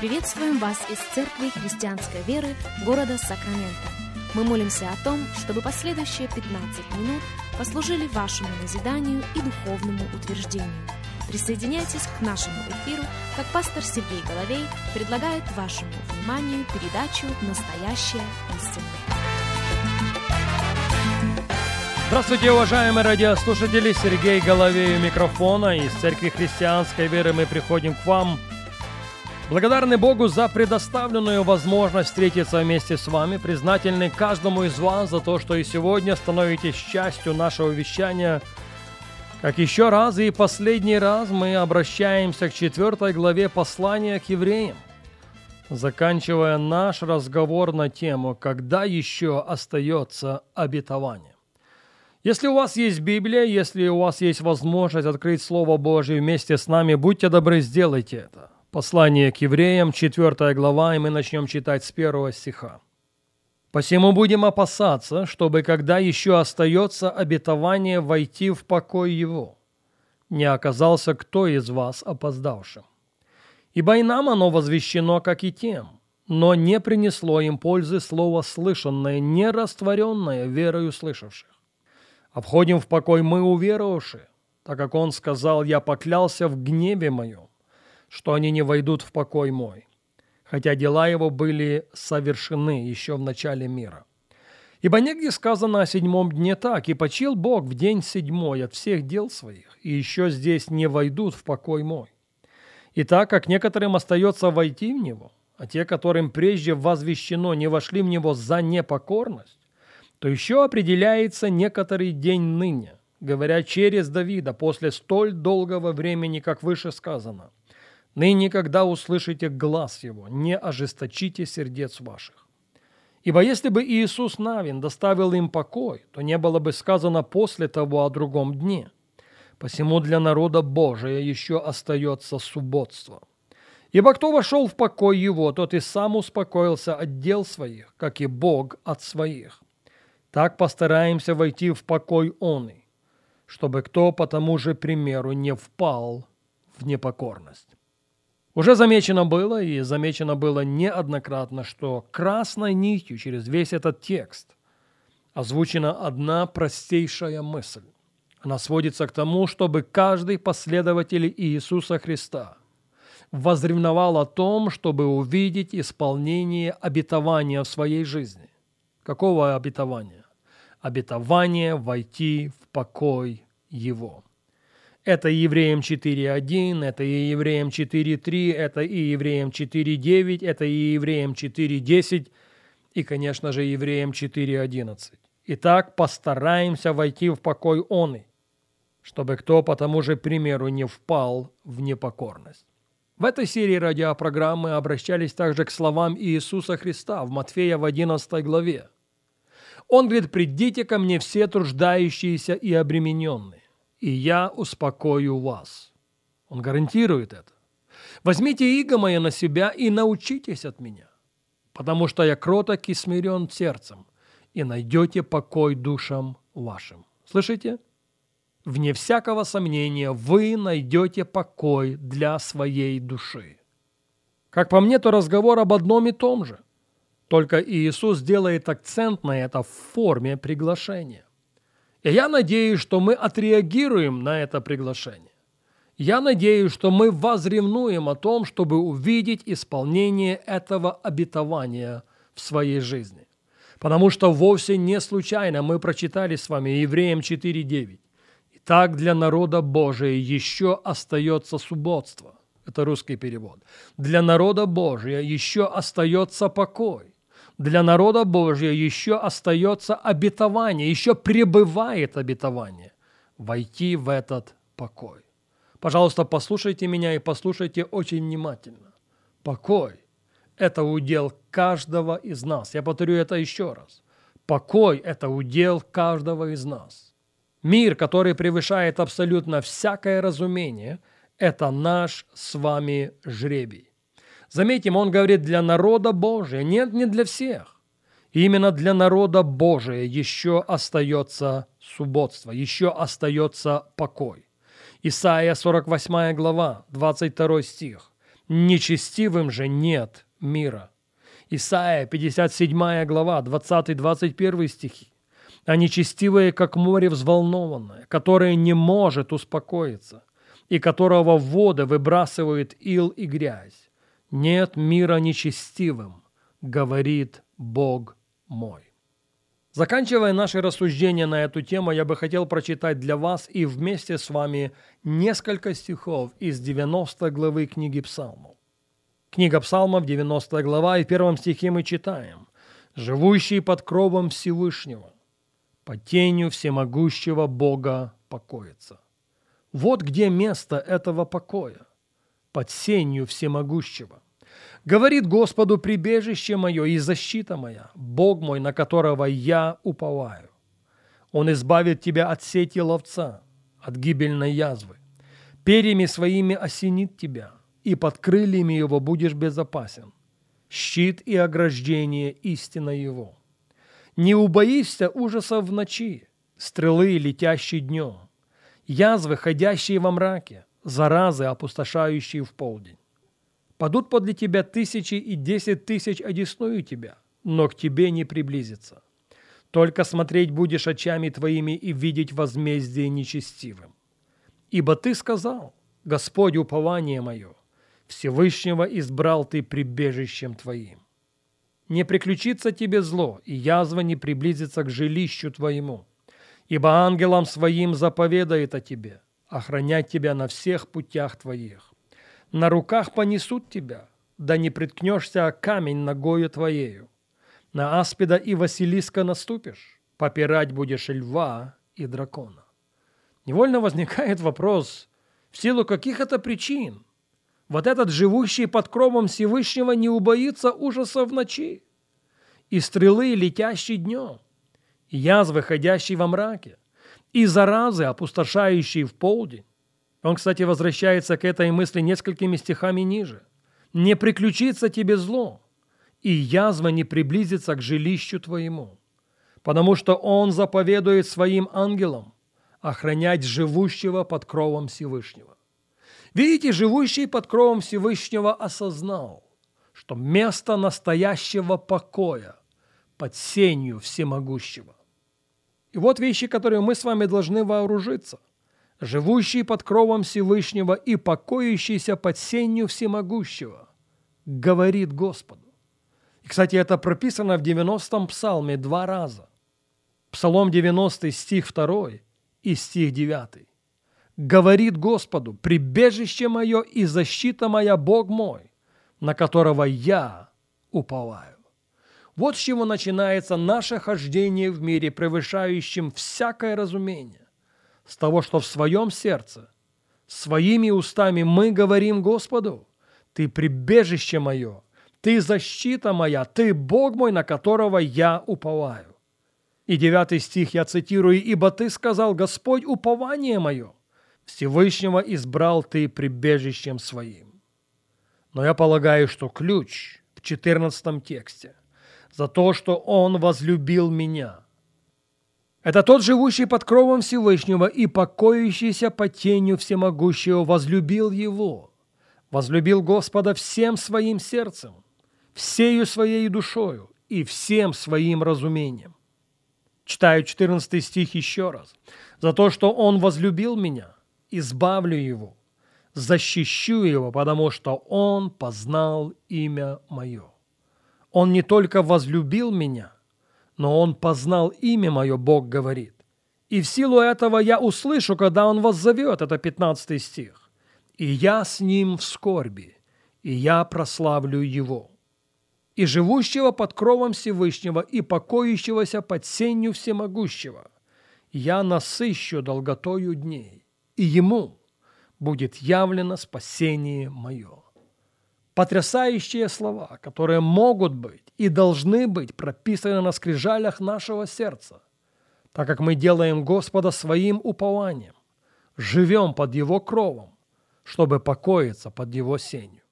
Приветствуем вас из Церкви Христианской Веры города Сакраменто. Мы молимся о том, чтобы последующие 15 минут послужили вашему назиданию и духовному утверждению. Присоединяйтесь к нашему эфиру, как пастор Сергей Головей предлагает вашему вниманию передачу «Настоящая истина». Здравствуйте, уважаемые радиослушатели! Сергей Головей у микрофона. Из Церкви Христианской Веры мы приходим к вам. Благодарны Богу за предоставленную возможность встретиться вместе с вами, признательны каждому из вас за то, что и сегодня становитесь частью нашего вещания. Как еще раз и последний раз мы обращаемся к 4 главе послания к евреям, заканчивая наш разговор на тему «Когда еще остается обетование?». Если у вас есть Библия, если у вас есть возможность открыть Слово Божие вместе с нами, будьте добры, сделайте это. Послание к евреям, 4 глава, и мы начнем читать с 1 стиха. «Посему будем опасаться, чтобы, когда еще остается обетование войти в покой его, не оказался кто из вас опоздавшим. Ибо и нам оно возвещено, как и тем, но не принесло им пользы слово слышанное, не растворенное верою слышавших. А входим в покой мы, уверовавшие, так как он сказал: «Я поклялся в гневе моем, что они не войдут в покой мой, хотя дела его были совершены еще в начале мира. Ибо негде сказано о 7 дне так: и почил Бог в день 7 от всех дел своих, и еще здесь не войдут в покой мой. И так как некоторым остается войти в него, а те, которым прежде возвещено, не вошли в него за непокорность, то еще определяется некоторый день ныне, говоря через Давида, после столь долгого времени, как выше сказано: ныне, когда услышите глас его, не ожесточите сердец ваших. Ибо если бы Иисус Навин доставил им покой, то не было бы сказано после того о другом дне. Посему для народа Божия еще остается субботство. Ибо кто вошел в покой его, тот и сам успокоился от дел своих, как и Бог от своих. Так постараемся войти в покой оный, чтобы кто по тому же примеру не впал в непокорность». Уже замечено было неоднократно, что красной нитью через весь этот текст озвучена одна простейшая мысль. Она сводится к тому, чтобы каждый последователь Иисуса Христа возревновал о том, чтобы увидеть исполнение обетования в своей жизни. Какого обетования? Обетование войти в покой Его. Это и Евреям 4.1, это и Евреям 4.3, это и Евреям 4.9, это и Евреям 4.10 и, конечно же, Евреям 4.11. Итак, постараемся войти в покой оный, чтобы кто по тому же примеру не впал в непокорность. В этой серии радиопрограммы обращались также к словам Иисуса Христа в Матфея в 11 главе. Он говорит: «Придите ко мне все труждающиеся и обремененные, и я успокою вас». Он гарантирует это. «Возьмите иго мое на себя и научитесь от меня, потому что я кроток и смирен сердцем, и найдете покой душам вашим». Слышите? Вне всякого сомнения, вы найдете покой для своей души. Как по мне, то разговор об одном и том же, только Иисус делает акцент на это в форме приглашения. И я надеюсь, что мы отреагируем на это приглашение. Я надеюсь, что мы возревнуем о том, чтобы увидеть исполнение этого обетования в своей жизни. Потому что вовсе не случайно мы прочитали с вами Евреям 4.9. «Итак, для народа Божия еще остается субботство». Это русский перевод. «Для народа Божия еще остается покой. Для народа Божия еще остается обетование, еще пребывает обетование войти в этот покой». Пожалуйста, послушайте меня и послушайте очень внимательно. Покой – это удел каждого из нас. Я повторю это еще раз. Покой – это удел каждого из нас. Мир, который превышает абсолютно всякое разумение, это наш с вами жребий. Заметим, он говорит для народа Божия, нет, не для всех. Именно для народа Божия еще остается субботство, еще остается покой. Исайя 48 глава, 22 стих. нечестивым же нет мира». Исайя, 57 глава, 20-21 стихи. «А нечестивые, как море взволнованное, которое не может успокоиться, и которого воды выбрасывают ил и грязь. Нет мира нечестивым, говорит Бог мой». Заканчивая наши рассуждения на эту тему, я бы хотел прочитать для вас и вместе с вами несколько стихов из 90 главы книги Псалмов. Книга Псалмов, 90 глава, и в 1 стихе мы читаем: «Живущий под кровом Всевышнего, под тенью всемогущего Бога покоится». Вот где место этого покоя, под сенью всемогущего. «Говорит Господу прибежище мое и защита моя, Бог мой, на которого я уповаю. Он избавит тебя от сети ловца, от гибельной язвы. Перьями своими осенит тебя, и под крыльями его будешь безопасен. Щит и ограждение истина его. Не убоишься ужасов в ночи, стрелы, летящие днем, язвы, ходящие во мраке, заразы, опустошающие в полдень. Падут подле тебя 1000 и 10 000 одесную тебя, но к тебе не приблизится. Только смотреть будешь очами твоими и видеть возмездие нечестивым. Ибо ты сказал: Господь, упование мое, Всевышнего избрал ты прибежищем твоим. Не приключится тебе зло, и язва не приблизится к жилищу твоему. Ибо ангелам своим заповедает о тебе, охранять тебя на всех путях твоих. На руках понесут тебя, да не приткнешься о камень ногою твоею. На аспида и василиска наступишь, попирать будешь льва и дракона». Невольно возникает вопрос, в силу каких это причин вот этот живущий под кровом Всевышнего не убоится ужаса в ночи, и стрелы, летящие днем, и язвы, ходящие во мраке, и заразы, опустошающие в полдень. Он, кстати, возвращается к этой мысли несколькими стихами ниже. «Не приключится тебе зло, и язва не приблизится к жилищу твоему, потому что он заповедует своим ангелам охранять живущего под кровом Всевышнего». Видите, живущий под кровом Всевышнего осознал, что место настоящего покоя под сенью всемогущего. И вот вещи, которые мы с вами должны вооружиться. Живущий под кровом Всевышнего и покоящийся под сенью всемогущего говорит Господу. И, кстати, это прописано в 90-м псалме 2 раза. Псалом 90, стих 2 и стих 9. «Говорит Господу: прибежище мое и защита моя, Бог мой, на которого я уповаю». Вот с чего начинается наше хождение в мире, превышающем всякое разумение. С того, что в своем сердце, своими устами мы говорим Господу: «Ты прибежище мое, Ты защита моя, Ты Бог мой, на которого я уповаю». И 9 стих я цитирую: «Ибо Ты сказал: Господь, упование мое, Всевышнего избрал Ты прибежищем своим». Но я полагаю, что ключ в 14 тексте за то, что Он возлюбил меня. Это тот, живущий под кровом Всевышнего и покоящийся под тенью всемогущего, возлюбил Его, возлюбил Господа всем своим сердцем, всею своей душою и всем своим разумением. Читаю 14 стих еще раз. «За то, что Он возлюбил меня, избавлю Его, защищу Его, потому что Он познал имя Мое». Он не только возлюбил меня, но Он познал имя Мое, Бог говорит. И в силу этого я услышу, когда Он вас зовет, это 15 стих. «И я с Ним в скорби, и я прославлю Его». И живущего под кровом Всевышнего и покоящегося под сенью всемогущего я насыщу долготою дней, и Ему будет явлено спасение мое». Потрясающие слова, которые могут быть и должны быть прописаны на скрижалях нашего сердца, так как мы делаем Господа своим упованием, живем под Его кровом, чтобы покоиться под Его сенью.